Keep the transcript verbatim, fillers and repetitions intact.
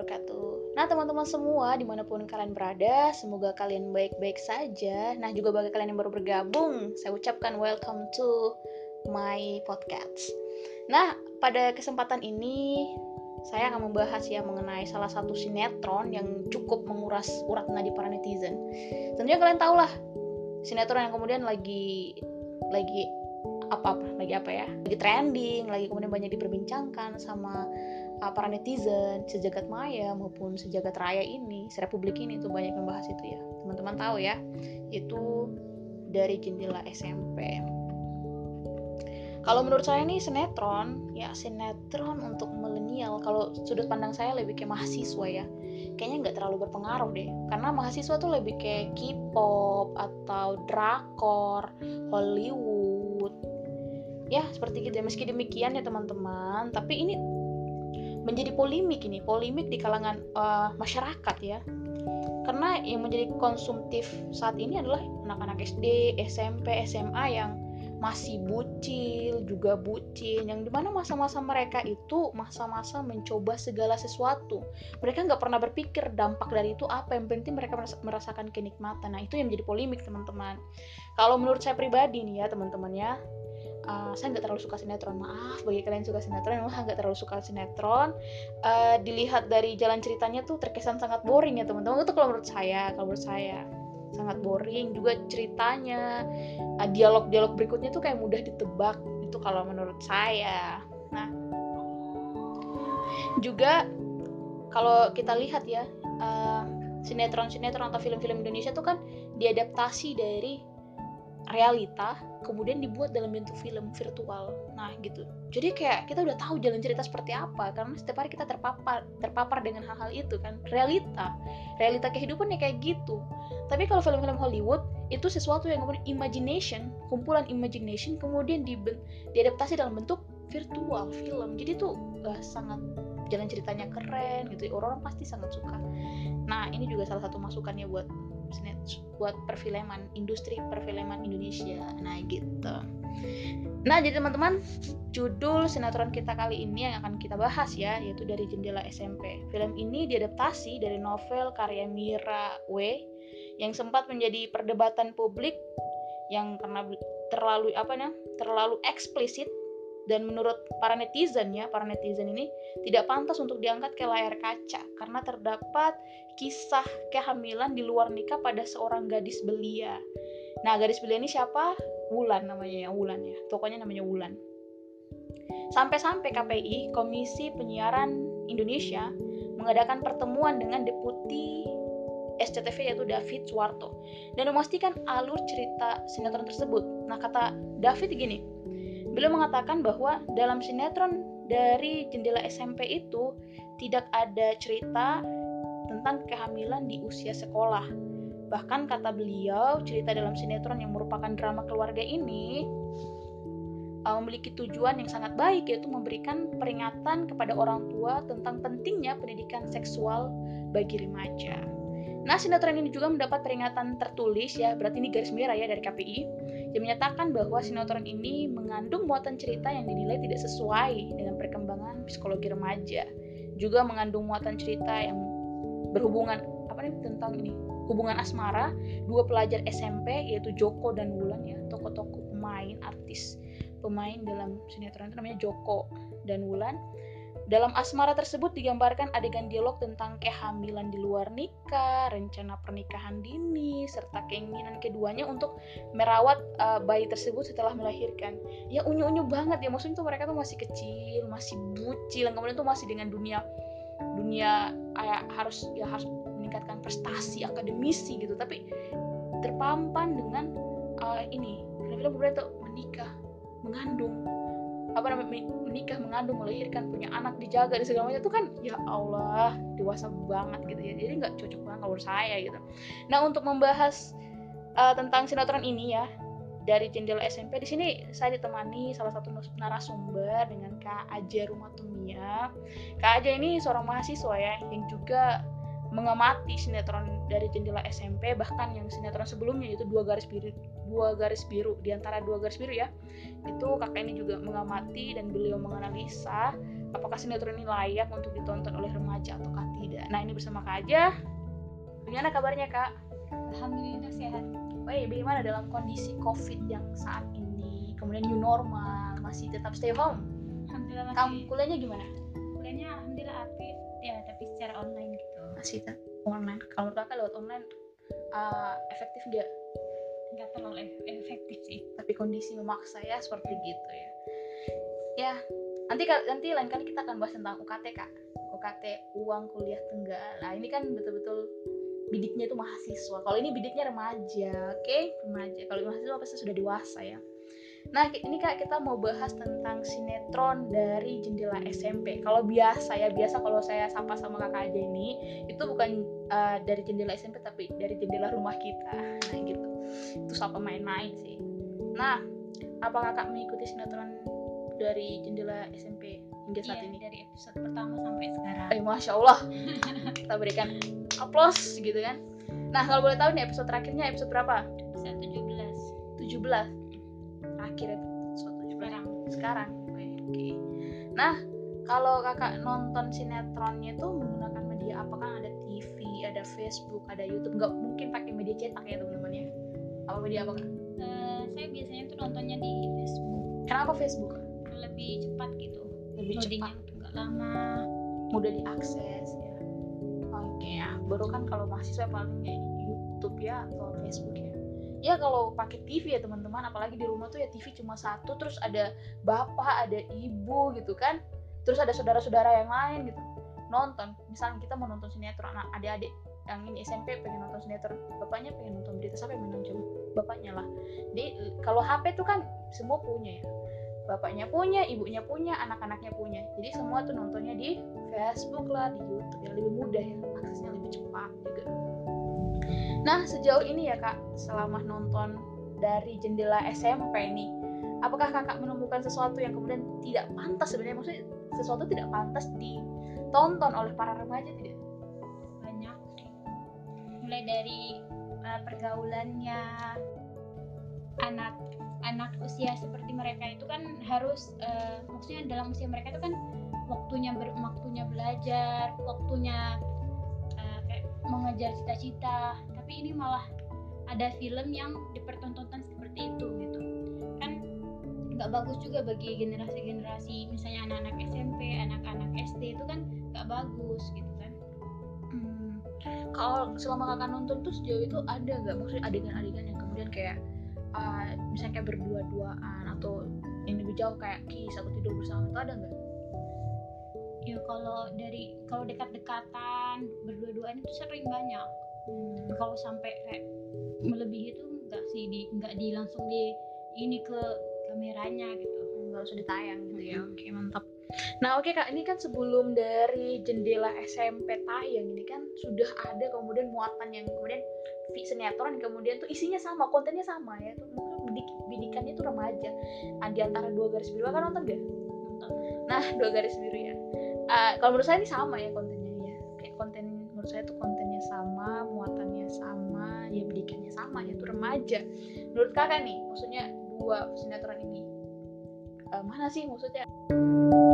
wabarakatuh. Nah teman-teman semua dimanapun kalian berada, semoga kalian baik-baik saja. Nah juga bagi kalian yang baru bergabung, saya ucapkan welcome to my podcast. Nah pada kesempatan ini saya akan membahas ya mengenai salah satu sinetron yang cukup menguras urat nadi para netizen. Tentunya kalian tahu lah sinetron yang kemudian lagi lagi apa-apa, lagi apa ya, lagi trending, lagi kemudian banyak diperbincangkan sama uh, para netizen sejagat maya maupun sejagat raya ini, serepublik ini tuh banyak membahas itu ya. Teman-teman tahu ya, itu dari Jendela S M P. Kalau menurut saya nih sinetron, ya sinetron untuk milenial. Kalau sudut pandang saya lebih kayak mahasiswa ya. Kayaknya nggak terlalu berpengaruh deh. Karena mahasiswa tuh lebih kayak K-pop atau drakor, Hollywood. Ya seperti gitu ya. Meski demikian ya teman-teman, tapi ini menjadi polemik ini, polemik di kalangan uh, masyarakat ya. Karena yang menjadi konsumtif saat ini adalah anak-anak S D, S M P, S M A yang masih bucil, juga bucin, yang dimana masa-masa mereka itu masa-masa mencoba segala sesuatu. Mereka nggak pernah berpikir dampak dari itu apa, yang penting mereka merasakan kenikmatan. Nah itu yang menjadi polemik teman-teman. Kalau menurut saya pribadi nih ya teman-teman ya, uh, saya nggak terlalu suka sinetron. Maaf bagi kalian yang suka sinetron, memang nggak terlalu suka sinetron. Uh, dilihat dari jalan ceritanya tuh terkesan sangat boring ya teman-teman. Itu kalau menurut saya, kalau menurut saya sangat boring, juga ceritanya, dialog-dialog berikutnya tuh kayak mudah ditebak, itu kalau menurut saya. Nah, juga kalau kita lihat ya, uh, sinetron-sinetron atau film-film Indonesia tuh kan diadaptasi dari realita, kemudian dibuat dalam bentuk film virtual. Nah gitu. Jadi kayak kita udah tahu jalan cerita seperti apa, karena setiap hari kita terpapar terpapar dengan hal-hal itu kan. Realita, realita kehidupan ya kayak gitu. Tapi kalau film-film Hollywood itu sesuatu yang kemudian imagination, kumpulan imagination kemudian di, diadaptasi dalam bentuk virtual film. Jadi tuh uh, sangat jalan ceritanya keren gitu. Orang-orang pasti sangat suka. Nah ini juga salah satu masukannya buat buat perfilman, industri perfilman Indonesia. Nah gitu. Nah jadi teman-teman, judul sinetron kita kali ini yang akan kita bahas ya, yaitu dari Jendela S M P. Film ini diadaptasi dari novel karya Mira W yang sempat menjadi perdebatan publik yang karena terlalu apa namanya terlalu eksplisit, dan menurut para netizen ya, para netizen ini tidak pantas untuk diangkat ke layar kaca karena terdapat kisah kehamilan di luar nikah pada seorang gadis belia. Nah, gadis belia ini siapa? Wulan namanya ya, Wulan ya. Tokonya namanya Wulan. Sampai-sampai K P I, Komisi Penyiaran Indonesia, mengadakan pertemuan dengan Deputi S C T V yaitu David Suwarto dan memastikan alur cerita sinetron tersebut. Nah, kata David gini, beliau mengatakan bahwa dalam sinetron dari Jendela S M P itu tidak ada cerita tentang kehamilan di usia sekolah. Bahkan kata beliau, cerita dalam sinetron yang merupakan drama keluarga ini uh, memiliki tujuan yang sangat baik, yaitu memberikan peringatan kepada orang tua tentang pentingnya pendidikan seksual bagi remaja. Nah, sinetron ini juga mendapat peringatan tertulis ya, berarti ini garis merah ya dari K P I, yang menyatakan bahwa sinetron ini mengandung muatan cerita yang dinilai tidak sesuai dengan perkembangan psikologi remaja. Juga mengandung muatan cerita yang berhubungan apa nih tentang ini hubungan asmara dua pelajar S M P yaitu Joko dan Wulan ya, tokoh-tokoh pemain artis pemain dalam sinetron itu namanya Joko dan Wulan. Dalam asmara tersebut digambarkan adegan dialog tentang kehamilan di luar nikah, rencana pernikahan dini, serta keinginan keduanya untuk merawat uh, bayi tersebut setelah melahirkan. Ya unyu-unyu banget ya, maksudnya tuh mereka tuh masih kecil, masih bucil, kemudian tuh masih dengan dunia dunia kayak harus ya harus meningkatkan prestasi akademisi gitu, tapi terpampang dengan uh, ini film-film kemudian tuh menikah, mengandung apa namanya menikah, mengandung, melahirkan, punya anak, dijaga dan segala macam itu kan ya Allah dewasa banget gitu ya, jadi nggak cocok banget kalau saya gitu. Nah untuk membahas uh, tentang sinetron ini ya dari Jendela S M P, di sini saya ditemani salah satu narasumber dengan Kak Aja Rumatumia. Kak Aja ini seorang mahasiswa ya yang juga mengamati sinetron dari Jendela S M P, bahkan yang sinetron sebelumnya yaitu dua garis biru dua garis biru di antara dua garis biru ya, itu kakak ini juga mengamati dan beliau menganalisa apakah sinetron ini layak untuk ditonton oleh remaja ataukah tidak. Nah, ini bersama Kak Aja. Gimana kabarnya Kak? Alhamdulillah sehat. Oh iya, bagaimana dalam kondisi COVID yang saat ini, kemudian new normal, masih tetap stay home? Alhamdulillah masih. Kamu kuliahnya gimana? Kuliahnya alhamdulillah aktif ya, tapi secara online gitu. Masih tetap online. Kalau menurut Kakak lewat online uh, efektif nggak? Nggak terlalu efektif sih. Tapi kondisi memaksa ya seperti gitu ya. Ya, nanti nanti lain kali kita akan bahas tentang U K T Kak. U K T, uang kuliah tunggal. Nah, ini kan betul-betul bidiknya itu mahasiswa. Kalau ini bidiknya remaja, oke? Okay? Remaja. Kalau mahasiswa pasti sudah dewasa ya. Nah, ini Kak, kita mau bahas tentang sinetron dari jendela S M P. Kalau biasa ya, biasa kalau saya sapa sama Kakak Aja ini, itu bukan uh, dari jendela S M P tapi dari jendela rumah kita. Nah, gitu. Itu sapa main-main sih. Nah, apa Kakak mengikuti sinetron dari jendela S M P hingga saat iya, ini? Dari episode pertama sampai sekarang. Eh, Masya Allah. Kita berikan aplaus gitu kan. Nah, kalau boleh tahu nih episode terakhirnya episode berapa? Episode tujuh belas. tujuh belas. Terakhir episode tujuh belas. Sekarang. Sekarang. Oke. Okay. Nah, kalau Kakak nonton sinetronnya itu menggunakan media apa? Kan ada T V, ada Facebook, ada YouTube. Nggak mungkin pakai media cetak ya teman-teman ya. Apa media apa Kak? Uh, saya biasanya tuh nontonnya di Facebook. Kenapa Facebook? Lebih cepat gitu. Lebih Loadingnya cepat. nggak lama. Mudah diakses ya. Oke ya, baru kan kalau mahasiswa paling kayak YouTube ya atau Facebook ya. Ya kalau pakai T V ya teman-teman, apalagi di rumah tuh ya T V cuma satu, terus ada bapak, ada ibu gitu kan, terus ada saudara-saudara yang lain gitu nonton. Misalnya kita mau nonton sinetron, nah, adik-adik yang ini S M P pengen nonton sinetron, bapaknya pengen nonton berita, siapa yang menonton? Bapaknya lah. Jadi kalau H P tuh kan semua punya ya. Bapaknya punya, ibunya punya, anak-anaknya punya. Jadi semua tuh nontonnya di Facebook lah, di YouTube ya, lebih mudah ya, aksesnya lebih cepat juga. Nah, sejauh ini ya Kak, selama nonton dari jendela S M P ini, apakah Kakak menemukan sesuatu yang kemudian tidak pantas sebenarnya? Maksudnya sesuatu tidak pantas ditonton oleh para remaja tidak? Banyak. Mulai dari uh, pergaulannya, anak anak usia seperti mereka itu kan harus uh, maksudnya dalam usia mereka itu kan waktunya ber, waktunya belajar, waktunya uh, kayak mengejar cita-cita, tapi ini malah ada film yang dipertontonkan seperti itu gitu kan, nggak bagus juga bagi generasi-generasi misalnya anak-anak S M P, anak-anak S D itu kan nggak bagus gitu kan. Hmm. Kalau selama Kakak nonton tuh sejauh itu ada nggak maksudnya adegan-adegan yang kemudian kayak Uh, misalnya kayak berdua-duaan atau yang lebih jauh kayak kiss atau tidur bersama, itu ada nggak? Ya kalau dari kalau dekat-dekatan berdua-duaan itu sering banyak. Hmm. Kalau sampai kayak melebihi itu enggak sih, di enggak di langsung di ini ke kameranya gitu, nggak usah ditayang gitu ya. Oke, okay, mantap. Nah oke okay, Kak, ini kan sebelum dari jendela S M P tayang ini kan sudah ada kemudian muatan yang kemudian sinetron kemudian tuh isinya sama, kontennya sama ya, tuh bidik, bidikannya tuh remaja. Nah, di antara dua garis biru kan nonton gak? Nonton. Nah dua garis biru ya. Uh, kalau menurut saya ini sama ya kontennya ya. Kayak konten menurut saya tuh kontennya sama, muatannya sama, ya bidikannya sama ya, tuh remaja. Menurut Kakak nih, maksudnya dua sinetron ini uh, mana sih maksudnya?